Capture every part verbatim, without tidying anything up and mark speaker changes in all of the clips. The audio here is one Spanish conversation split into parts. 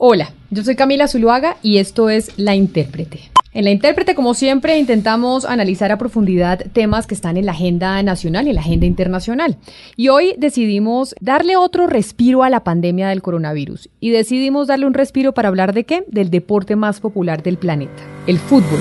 Speaker 1: Hola, yo soy Camila Zuluaga y esto es La Intérprete. En La Intérprete, como siempre, intentamos analizar a profundidad temas que están en la agenda nacional y en la agenda internacional. Y hoy decidimos darle otro respiro a la pandemia del coronavirus. Y decidimos darle un respiro para hablar ¿de qué? Del deporte más popular del planeta, el fútbol.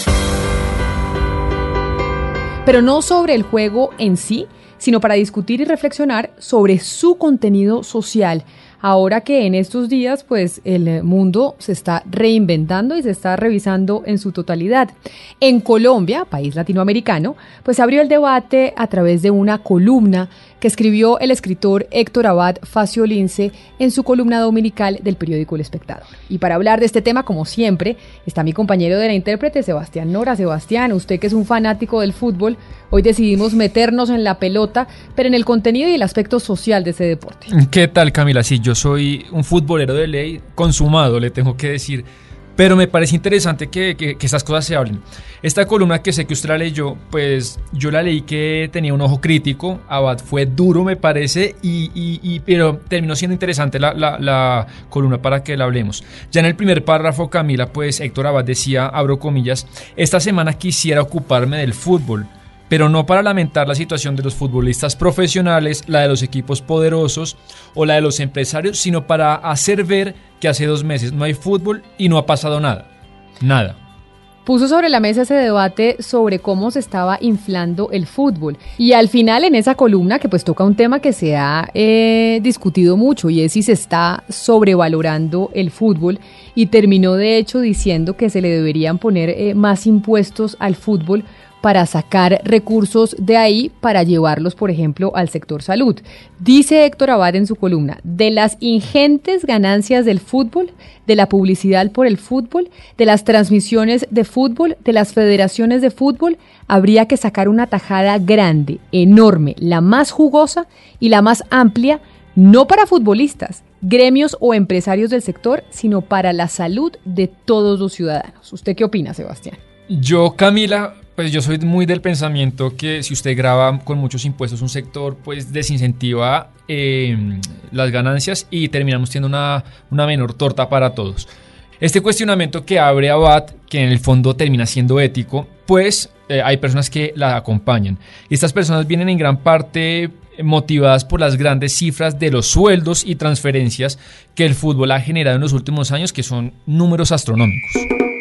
Speaker 1: Pero no sobre el juego en sí, sino para discutir y reflexionar sobre su contenido social. Ahora que en estos días, pues, el mundo se está reinventando y se está revisando en su totalidad. En Colombia, país latinoamericano, pues se abrió el debate a través de una columna que escribió el escritor Héctor Abad Faciolince en su columna dominical del periódico El Espectador. Y para hablar de este tema, como siempre, está mi compañero de La Intérprete, Sebastián Nora. Sebastián, usted que es un fanático del fútbol, hoy decidimos meternos en la pelota, pero en el contenido y el aspecto social de ese deporte.
Speaker 2: ¿Qué tal, Camila? Sí, yo soy un futbolero de ley, consumado, le tengo que decir, pero me parece interesante que, que, que estas cosas se hablen. Esta columna, que sé que usted la leyó, pues yo la leí que tenía un ojo crítico. Abad fue duro, me parece, y, y, y, pero terminó siendo interesante la, la, la columna para que la hablemos. Ya en el primer párrafo, Camila, pues Héctor Abad decía, abro comillas, esta semana quisiera ocuparme del fútbol, pero no para lamentar la situación de los futbolistas profesionales, la de los equipos poderosos o la de los empresarios, sino para hacer ver que hace dos meses no hay fútbol y no ha pasado nada. Nada.
Speaker 1: Puso sobre la mesa ese debate sobre cómo se estaba inflando el fútbol. Y al final, en esa columna, que pues toca un tema que se ha eh, discutido mucho, y es si se está sobrevalorando el fútbol, y terminó de hecho diciendo que se le deberían poner eh, más impuestos al fútbol para sacar recursos de ahí para llevarlos, por ejemplo, al sector salud. Dice Héctor Abad en su columna, de las ingentes ganancias del fútbol, de la publicidad por el fútbol, de las transmisiones de fútbol, de las federaciones de fútbol, habría que sacar una tajada grande, enorme, la más jugosa y la más amplia, no para futbolistas, gremios o empresarios del sector, sino para la salud de todos los ciudadanos. ¿Usted qué opina, Sebastián?
Speaker 2: Yo, Camila, pues yo soy muy del pensamiento que si usted graba con muchos impuestos un sector, pues desincentiva eh, las ganancias y terminamos teniendo una, una menor torta para todos. Este cuestionamiento que abre Abad, que en el fondo termina siendo ético, pues eh, hay personas que la acompañan. Y estas personas vienen en gran parte motivadas por las grandes cifras de los sueldos y transferencias que el fútbol ha generado en los últimos años, que son números astronómicos.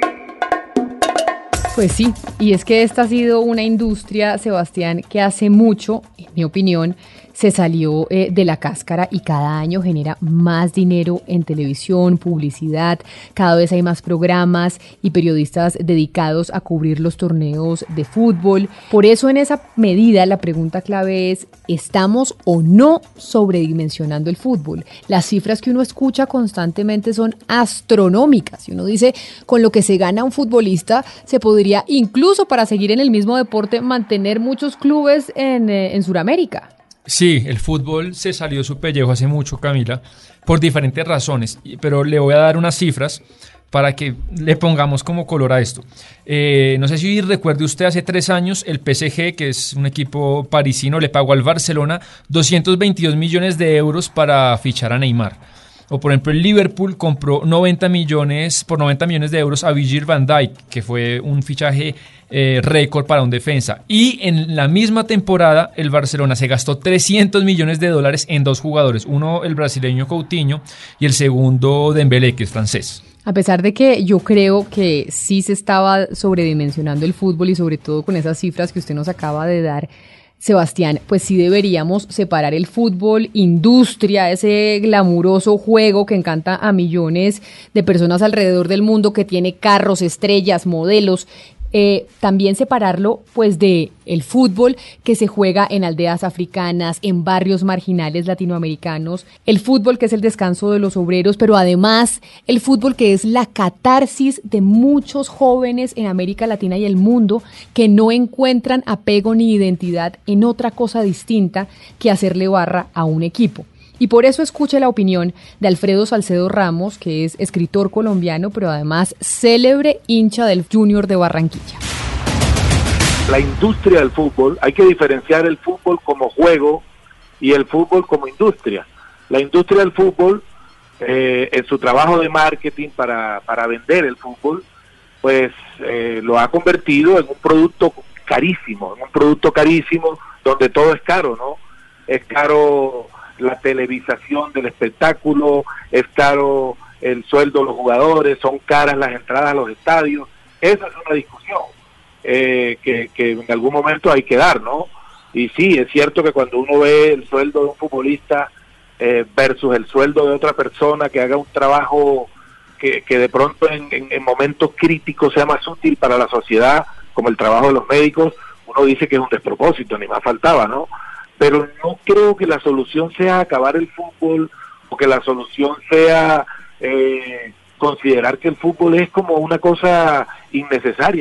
Speaker 1: Pues sí, y es que esta ha sido una industria, Sebastián, que hace mucho, en mi opinión, se salió eh, de la cáscara y cada año genera más dinero en televisión, publicidad, cada vez hay más programas y periodistas dedicados a cubrir los torneos de fútbol. Por eso en esa medida la pregunta clave es, ¿estamos o no sobredimensionando el fútbol? Las cifras que uno escucha constantemente son astronómicas y uno dice, con lo que se gana un futbolista se podría incluso para seguir en el mismo deporte mantener muchos clubes en, eh, en Sudamérica.
Speaker 2: Sí, el fútbol se salió de su pellejo hace mucho, Camila, por diferentes razones, pero le voy a dar unas cifras para que le pongamos como color a esto. Eh, no sé si recuerde usted, hace tres años el P S G, que es un equipo parisino, le pagó al Barcelona doscientos veintidós millones de euros para fichar a Neymar. O por ejemplo el Liverpool compró noventa millones, por noventa millones de euros a Virgil van Dijk, que fue un fichaje eh, récord para un defensa. Y en la misma temporada el Barcelona se gastó trescientos millones de dólares en dos jugadores. Uno el brasileño Coutinho y el segundo Dembélé, que es francés.
Speaker 1: A pesar de que yo creo que sí se estaba sobredimensionando el fútbol y sobre todo con esas cifras que usted nos acaba de dar, Sebastián, pues sí deberíamos separar el fútbol, industria, ese glamuroso juego que encanta a millones de personas alrededor del mundo, que tiene carros, estrellas, modelos. Eh, también separarlo pues de el fútbol que se juega en aldeas africanas, en barrios marginales latinoamericanos, el fútbol que es el descanso de los obreros, pero además el fútbol que es la catarsis de muchos jóvenes en América Latina y el mundo que no encuentran apego ni identidad en otra cosa distinta que hacerle barra a un equipo. Y por eso escuche la opinión de Alfredo Salcedo Ramos, que es escritor colombiano, pero además célebre hincha del Junior de Barranquilla.
Speaker 3: La industria del fútbol, hay que diferenciar el fútbol como juego y el fútbol como industria. La industria del fútbol eh, en su trabajo de marketing para, para vender el fútbol, pues eh, lo ha convertido en un producto carísimo, en un producto carísimo donde todo es caro, ¿no? Es caro la televisación del espectáculo, es caro el sueldo de los jugadores, son caras las entradas a los estadios. Esa es una discusión eh, que, que en algún momento hay que dar, ¿no? Y sí, es cierto que cuando uno ve el sueldo de un futbolista eh, versus el sueldo de otra persona que haga un trabajo que, que de pronto en, en, en momentos críticos sea más útil para la sociedad, como el trabajo de los médicos, uno dice que es un despropósito, ni más faltaba, ¿no? Pero no creo que la solución sea acabar el fútbol, o que la solución sea eh, considerar que el fútbol es como una cosa innecesaria.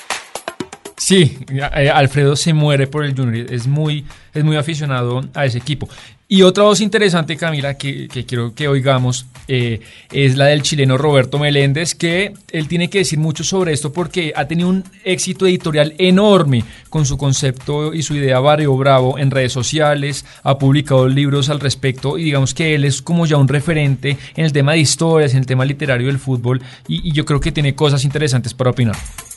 Speaker 2: Sí, Alfredo se muere por el Junior, es muy, es muy aficionado a ese equipo. Y otra voz interesante, Camila, que, que quiero que oigamos, eh, es la del chileno Roberto Meléndez, que él tiene que decir mucho sobre esto porque ha tenido un éxito editorial enorme con su concepto y su idea Barrio Bravo en redes sociales, ha publicado libros al respecto y digamos que él es como ya un referente en el tema de historias, en el tema literario del fútbol y, y yo creo que tiene cosas interesantes para opinar.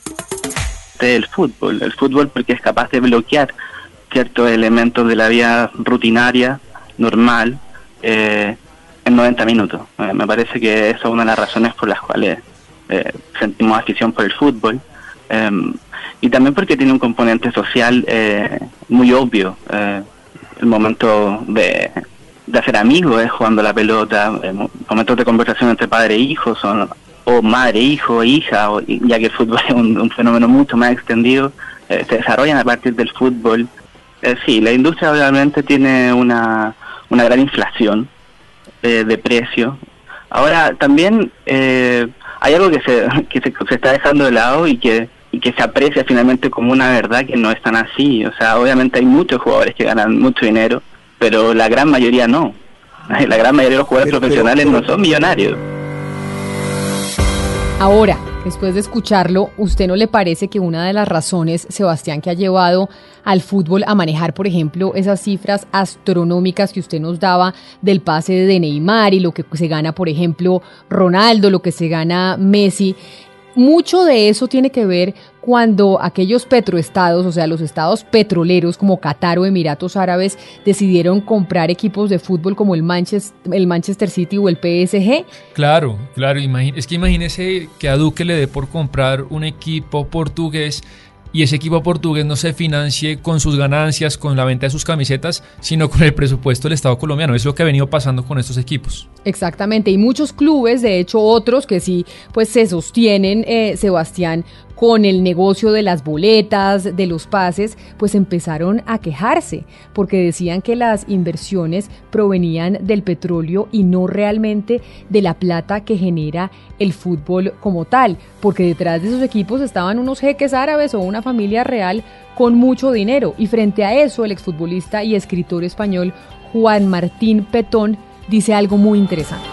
Speaker 4: El fútbol, el fútbol porque es capaz de bloquear ciertos elementos de la vida rutinaria, normal, eh, en noventa minutos. Eh, me parece que esa es una de las razones por las cuales eh, sentimos afición por el fútbol, eh, y también porque tiene un componente social eh, muy obvio. Eh, el momento de, de hacer amigos es jugando la pelota, eh, momentos de conversación entre padre e hijo son o madre, hijo, hija, o, ya que el fútbol es un, un fenómeno mucho más extendido, eh, se desarrollan a partir del fútbol. Eh, sí, la industria obviamente tiene una, una gran inflación eh, de precio. Ahora, también eh, hay algo que, se, que se, se está dejando de lado y que, y que se aprecia finalmente como una verdad que no es tan así. O sea, obviamente hay muchos jugadores que ganan mucho dinero, pero la gran mayoría no. La gran mayoría de los jugadores pero, profesionales pero, pero, no son millonarios.
Speaker 1: Ahora, después de escucharlo, ¿usted no le parece que una de las razones, Sebastián, que ha llevado al fútbol a manejar, por ejemplo, esas cifras astronómicas que usted nos daba del pase de Neymar y lo que se gana, por ejemplo, Ronaldo, lo que se gana Messi? Mucho de eso tiene que ver cuando aquellos petroestados, o sea, los estados petroleros como Qatar o Emiratos Árabes, decidieron comprar equipos de fútbol como el Manchester, el Manchester City o el P S G.
Speaker 2: Claro, claro, es que imagínese que a Duque le dé por comprar un equipo portugués y ese equipo portugués no se financie con sus ganancias, con la venta de sus camisetas, sino con el presupuesto del Estado colombiano. Es lo que ha venido pasando con estos equipos.
Speaker 1: Exactamente, y muchos clubes, de hecho otros que sí pues se sostienen, eh, Sebastián, con el negocio de las boletas, de los pases, pues empezaron a quejarse, porque decían que las inversiones provenían del petróleo y no realmente de la plata que genera el fútbol como tal, porque detrás de esos equipos estaban unos jeques árabes o una familia real con mucho dinero, y frente a eso el exfutbolista y escritor español Juan Martín Petón dice algo muy interesante.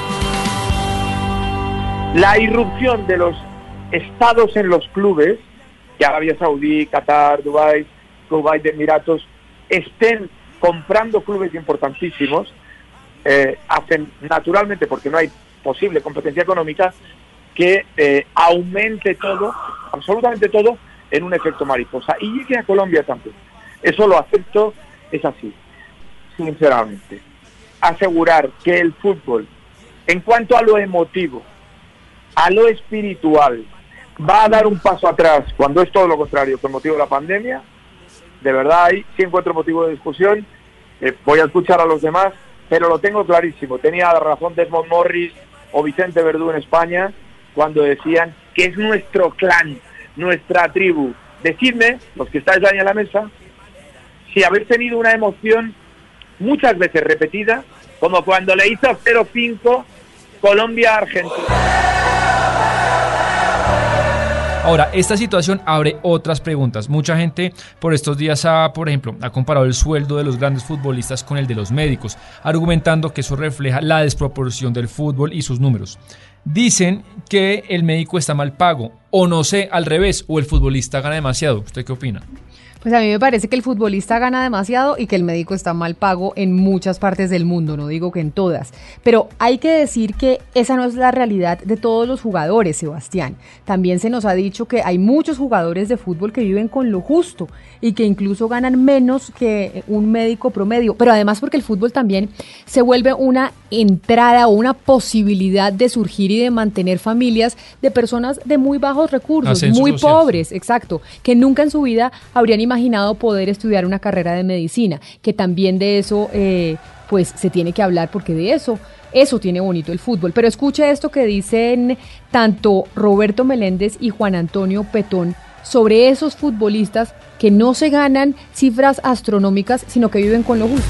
Speaker 5: La irrupción de los estados en los clubes, que Arabia Saudí, Qatar, Dubái, Kuwait de Emiratos, estén comprando clubes importantísimos, eh, hacen naturalmente, porque no hay posible competencia económica, que eh, aumente todo, absolutamente todo, en un efecto mariposa. Y llegue a Colombia también. Eso lo acepto, es así, sinceramente. Asegurar que el fútbol, en cuanto a lo emotivo, a lo espiritual, va a dar un paso atrás cuando es todo lo contrario, con motivo de la pandemia, de verdad ahí sí encuentro motivo de discusión, eh, voy a escuchar a los demás, pero lo tengo clarísimo. Tenía razón Desmond Morris o Vicente Verdú en España cuando decían que es nuestro clan, nuestra tribu. Decidme, los que estáis ahí en la mesa, si habéis tenido una emoción muchas veces repetida, como cuando le hizo cero cinco Colombia-Argentina.
Speaker 2: Ahora, esta situación abre otras preguntas. Mucha gente por estos días ha, por ejemplo, ha comparado el sueldo de los grandes futbolistas con el de los médicos, argumentando que eso refleja la desproporción del fútbol y sus números. Dicen que el médico está mal pago, o no sé, al revés, o el futbolista gana demasiado. ¿Usted qué opina?
Speaker 1: Pues a mí me parece que el futbolista gana demasiado y que el médico está mal pago en muchas partes del mundo, no digo que en todas. Pero hay que decir que esa no es la realidad de todos los jugadores, Sebastián. También se nos ha dicho que hay muchos jugadores de fútbol que viven con lo justo y que incluso ganan menos que un médico promedio. Pero además porque el fútbol también se vuelve una entrada o una posibilidad de surgir y de mantener familias de personas de muy bajos recursos,
Speaker 2: Ascenso
Speaker 1: muy
Speaker 2: social.
Speaker 1: pobres, exacto, que nunca en su vida habrían imaginado poder estudiar una carrera de medicina, que también de eso eh, pues se tiene que hablar porque de eso, eso tiene bonito el fútbol. Pero escuche esto que dicen tanto Roberto Meléndez y Juan Antonio Petón sobre esos futbolistas que no se ganan cifras astronómicas, sino que viven con lo justo.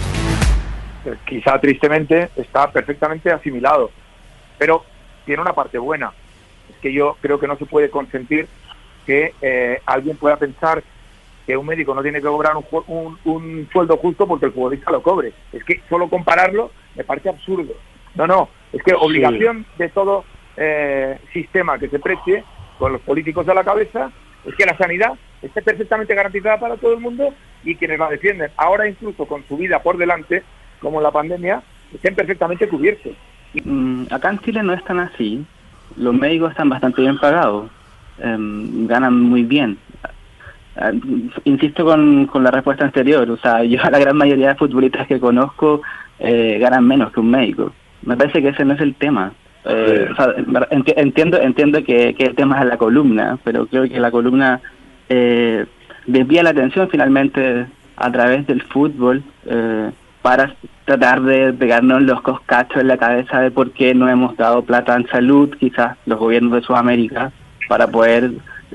Speaker 5: Quizá tristemente está perfectamente asimilado, pero tiene una parte buena. Es que yo creo que no se puede consentir que eh, alguien pueda pensar que un médico no tiene que cobrar un, un, un sueldo justo porque el futbolista lo cobre. Es que solo compararlo me parece absurdo. No, no, es que obligación sí. de todo eh, sistema que se precie, con los políticos a la cabeza, es que la sanidad esté perfectamente garantizada para todo el mundo y quienes la defienden, ahora incluso con su vida por delante, como la pandemia, estén perfectamente cubiertos.
Speaker 4: Mm, acá en Chile no es tan así. Los médicos están bastante bien pagados, eh, ganan muy bien. Uh, insisto con, con la respuesta anterior, o sea, yo a la gran mayoría de futbolistas que conozco eh, ganan menos que un médico. Me parece que ese no es el tema. Eh, o sea, enti- entiendo entiendo que, que el tema es la columna, pero creo que la columna eh, desvía la atención finalmente a través del fútbol eh, para tratar de pegarnos los coscachos en la cabeza de por qué no hemos dado plata en salud, quizás los gobiernos de Sudamérica, para poder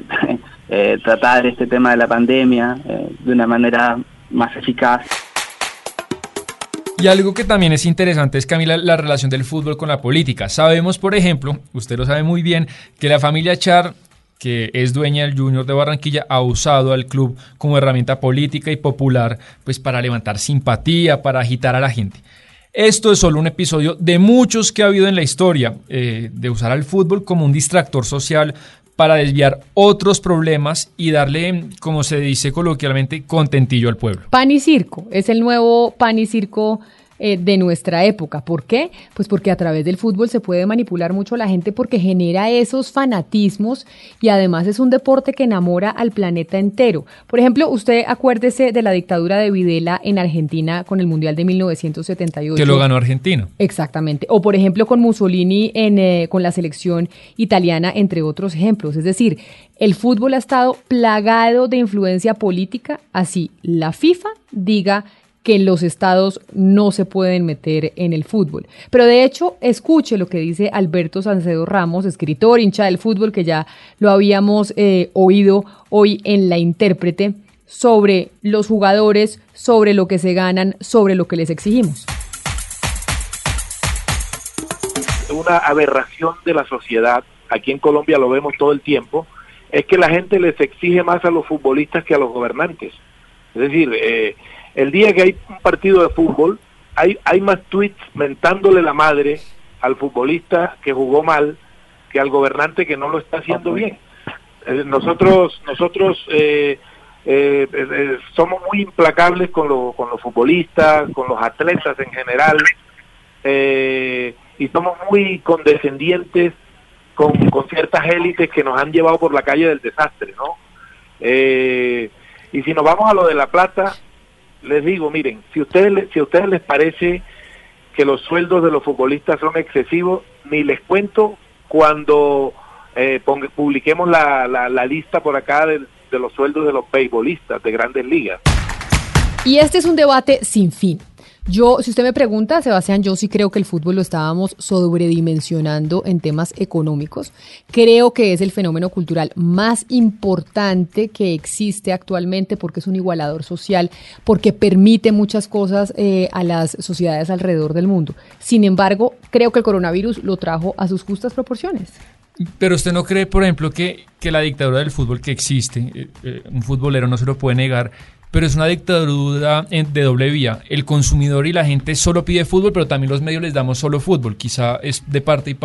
Speaker 4: eh, tratar este tema de la pandemia eh, de una manera más eficaz.
Speaker 2: Y algo que también es interesante es, Camila, la relación del fútbol con la política. Sabemos, por ejemplo, usted lo sabe muy bien, que la familia Char, que es dueña del Junior de Barranquilla, ha usado al club como herramienta política y popular, pues para levantar simpatía, para agitar a la gente. Esto es solo un episodio de muchos que ha habido en la historia, eh, de usar al fútbol como un distractor social para desviar otros problemas y darle, como se dice coloquialmente, contentillo al pueblo.
Speaker 1: Pan y circo, es el nuevo pan y circo eh, de nuestra época. ¿Por qué? Pues porque a través del fútbol se puede manipular mucho a la gente porque genera esos fanatismos y además es un deporte que enamora al planeta entero. Por ejemplo, usted acuérdese de la dictadura de Videla en Argentina con el Mundial de mil novecientos setenta y ocho.
Speaker 2: Que lo ganó Argentina.
Speaker 1: Exactamente. O por ejemplo con Mussolini en, eh, con la selección italiana, entre otros ejemplos. Es decir, el fútbol ha estado plagado de influencia política, así la FIFA diga que los estados no se pueden meter en el fútbol. Pero de hecho, escuche lo que dice Alberto Salcedo Ramos, escritor, hincha del fútbol, que ya lo habíamos eh, oído hoy en La Intérprete, sobre los jugadores, sobre lo que se ganan, sobre lo que les exigimos.
Speaker 3: Una aberración de la sociedad, aquí en Colombia lo vemos todo el tiempo, es que la gente les exige más a los futbolistas que a los gobernantes. Es decir, eh, el día que hay un partido de fútbol, hay, hay más tweets mentándole la madre al futbolista que jugó mal que al gobernante que no lo está haciendo bien. Eh, nosotros nosotros eh, eh, eh, somos muy implacables con, lo, con los futbolistas, con los atletas en general, eh, y somos muy condescendientes con, con ciertas élites que nos han llevado por la calle del desastre, ¿no? Eh, y si nos vamos a lo de la plata, les digo, miren, si ustedes si a ustedes les parece que los sueldos de los futbolistas son excesivos, ni les cuento cuando eh, publiquemos la, la, la lista por acá de, de los sueldos de los beisbolistas de Grandes Ligas.
Speaker 1: Y este es un debate sin fin. Yo, si usted me pregunta, Sebastián, yo sí creo que el fútbol lo estábamos sobredimensionando en temas económicos. Creo que es el fenómeno cultural más importante que existe actualmente porque es un igualador social, porque permite muchas cosas eh, a las sociedades alrededor del mundo. Sin embargo, creo que el coronavirus lo trajo a sus justas proporciones.
Speaker 2: Pero usted no cree, por ejemplo, que, que la dictadura del fútbol que existe, eh, eh, un futbolero no se lo puede negar, pero es una dictadura de doble vía. El consumidor y la gente solo pide fútbol, pero también los medios les damos solo fútbol. Quizá es de parte y parte.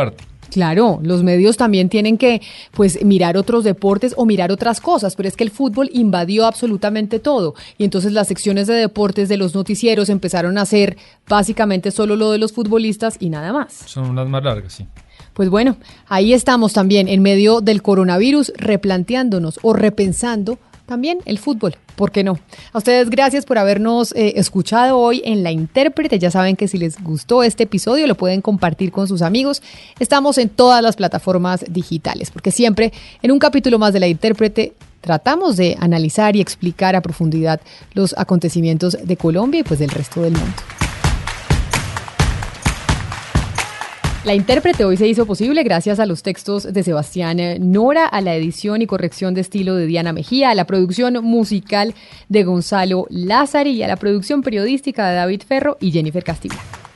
Speaker 1: Claro, los medios también tienen que pues mirar otros deportes o mirar otras cosas, pero es que el fútbol invadió absolutamente todo y entonces las secciones de deportes de los noticieros empezaron a hacer básicamente solo lo de los futbolistas y nada más.
Speaker 2: Son unas más largas, sí.
Speaker 1: Pues bueno, ahí estamos también en medio del coronavirus replanteándonos o repensando también el fútbol, ¿por qué no? A ustedes gracias por habernos eh, escuchado hoy en La Intérprete. Ya saben que si les gustó este episodio lo pueden compartir con sus amigos. Estamos en todas las plataformas digitales, porque siempre en un capítulo más de La Intérprete tratamos de analizar y explicar a profundidad los acontecimientos de Colombia y pues del resto del mundo. La Intérprete hoy se hizo posible gracias a los textos de Sebastián Nora, a la edición y corrección de estilo de Diana Mejía, a la producción musical de Gonzalo Lázari y a la producción periodística de David Ferro y Jennifer Castilla.